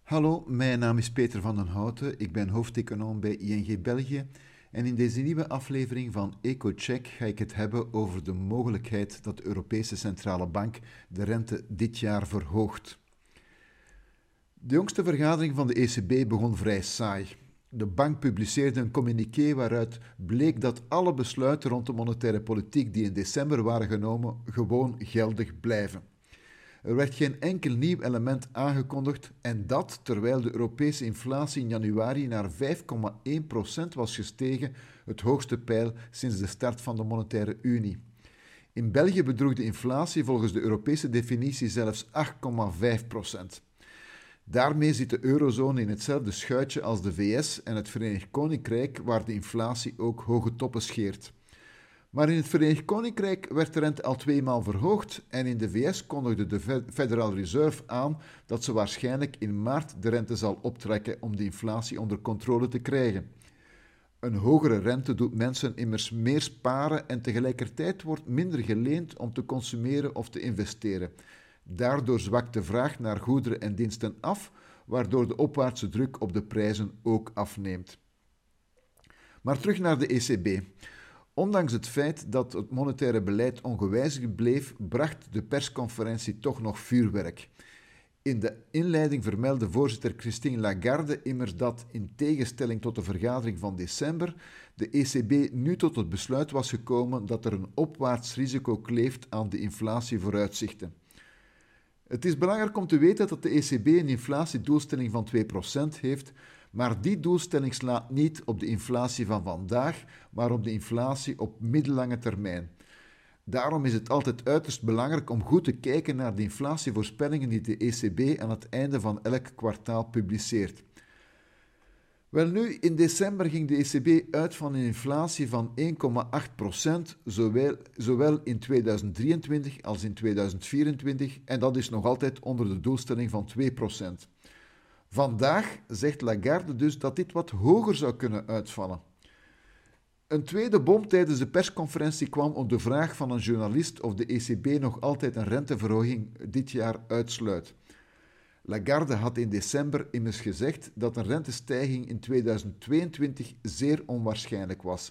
Hallo, mijn naam is Peter van den Houten. Ik ben hoofdeconoom bij ING België. En in deze nieuwe aflevering van EcoCheck ga ik het hebben over de mogelijkheid dat de Europese Centrale Bank de rente dit jaar verhoogt. De jongste vergadering van de ECB begon vrij saai. De bank publiceerde een communiqué waaruit bleek dat alle besluiten rond de monetaire politiek die in december waren genomen gewoon geldig blijven. Er werd geen enkel nieuw element aangekondigd en dat terwijl de Europese inflatie in januari naar 5,1% was gestegen, het hoogste peil sinds de start van de monetaire unie. In België bedroeg de inflatie volgens de Europese definitie zelfs 8,5%. Daarmee zit de eurozone in hetzelfde schuitje als de VS en het Verenigd Koninkrijk, waar de inflatie ook hoge toppen scheert. Maar in het Verenigd Koninkrijk werd de rente al 2 maal verhoogd en in de VS kondigde de Federal Reserve aan dat ze waarschijnlijk in maart de rente zal optrekken om de inflatie onder controle te krijgen. Een hogere rente doet mensen immers meer sparen en tegelijkertijd wordt minder geleend om te consumeren of te investeren. Daardoor zwakt de vraag naar goederen en diensten af, waardoor de opwaartse druk op de prijzen ook afneemt. Maar terug naar de ECB. Ondanks het feit dat het monetaire beleid ongewijzigd bleef, bracht de persconferentie toch nog vuurwerk. In de inleiding vermeldde voorzitter Christine Lagarde immers dat, in tegenstelling tot de vergadering van december, de ECB nu tot het besluit was gekomen dat er een opwaarts risico kleeft aan de inflatievooruitzichten. Het is belangrijk om te weten dat de ECB een inflatiedoelstelling van 2% heeft, maar die doelstelling slaat niet op de inflatie van vandaag, maar op de inflatie op middellange termijn. Daarom is het altijd uiterst belangrijk om goed te kijken naar de inflatievoorspellingen die de ECB aan het einde van elk kwartaal publiceert. Welnu, in december ging de ECB uit van een inflatie van 1,8%, zowel in 2023 als in 2024, en dat is nog altijd onder de doelstelling van 2%. Vandaag zegt Lagarde dus dat dit wat hoger zou kunnen uitvallen. Een tweede bom tijdens de persconferentie kwam op de vraag van een journalist of de ECB nog altijd een renteverhoging dit jaar uitsluit. Lagarde had in december immers gezegd dat een rentestijging in 2022 zeer onwaarschijnlijk was.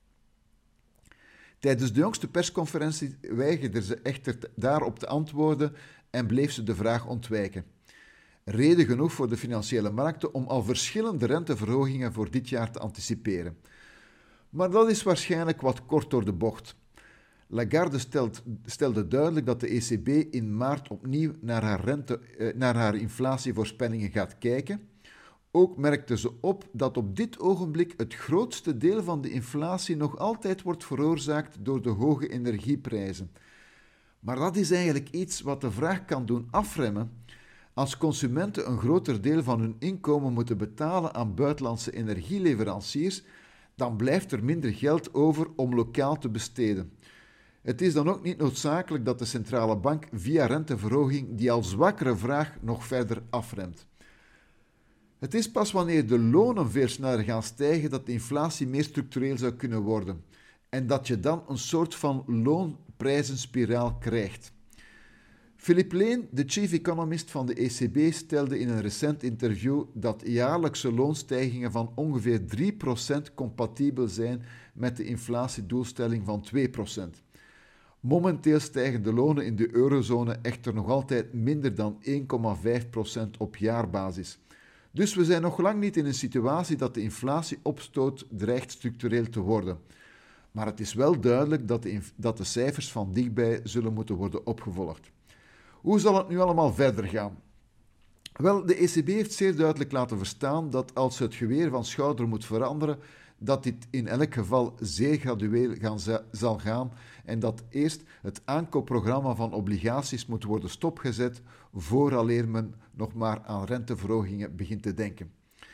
Tijdens de jongste persconferentie weigerde ze echter daarop te antwoorden en bleef ze de vraag ontwijken. Reden genoeg voor de financiële markten om al verschillende renteverhogingen voor dit jaar te anticiperen. Maar dat is waarschijnlijk wat kort door de bocht. Lagarde stelde duidelijk dat de ECB in maart opnieuw naar haar inflatievoorspellingen gaat kijken. Ook merkte ze op dat op dit ogenblik het grootste deel van de inflatie nog altijd wordt veroorzaakt door de hoge energieprijzen. Maar dat is eigenlijk iets wat de vraag kan doen afremmen. Als consumenten een groter deel van hun inkomen moeten betalen aan buitenlandse energieleveranciers, dan blijft er minder geld over om lokaal te besteden. Het is dan ook niet noodzakelijk dat de centrale bank via renteverhoging die al zwakkere vraag nog verder afremt. Het is pas wanneer de lonen veel sneller gaan stijgen dat de inflatie meer structureel zou kunnen worden en dat je dan een soort van loonprijzenspiraal krijgt. Philip Lane, de chief economist van de ECB, stelde in een recent interview dat jaarlijkse loonstijgingen van ongeveer 3% compatibel zijn met de inflatiedoelstelling van 2%. Momenteel stijgen de lonen in de eurozone echter nog altijd minder dan 1,5% op jaarbasis. Dus we zijn nog lang niet in een situatie dat de inflatieopstoot dreigt structureel te worden. Maar het is wel duidelijk dat de cijfers van dichtbij zullen moeten worden opgevolgd. Hoe zal het nu allemaal verder gaan? Wel, de ECB heeft zeer duidelijk laten verstaan dat als het geweer van schouder moet veranderen, dat dit in elk geval zeer gradueel zal gaan en dat eerst het aankoopprogramma van obligaties moet worden stopgezet vooraleer men nog maar aan renteverhogingen begint te denken.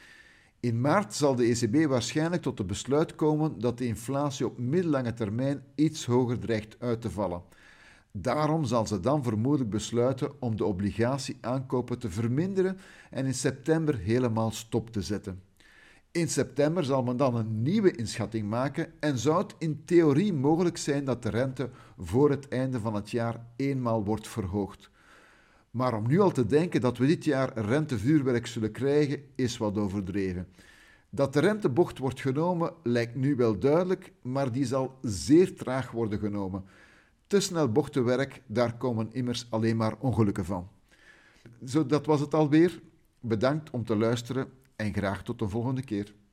In maart zal de ECB waarschijnlijk tot het besluit komen dat de inflatie op middellange termijn iets hoger dreigt uit te vallen. Daarom zal ze dan vermoedelijk besluiten om de obligatieaankopen te verminderen en in september helemaal stop te zetten. In september zal men dan een nieuwe inschatting maken en zou het in theorie mogelijk zijn dat de rente voor het einde van het jaar eenmaal wordt verhoogd. Maar om nu al te denken dat we dit jaar rentevuurwerk zullen krijgen, is wat overdreven. Dat de rentebocht wordt genomen lijkt nu wel duidelijk, maar die zal zeer traag worden genomen. Te snel bochtenwerk, daar komen immers alleen maar ongelukken van. Zo, dat was het alweer. Bedankt om te luisteren en graag tot de volgende keer.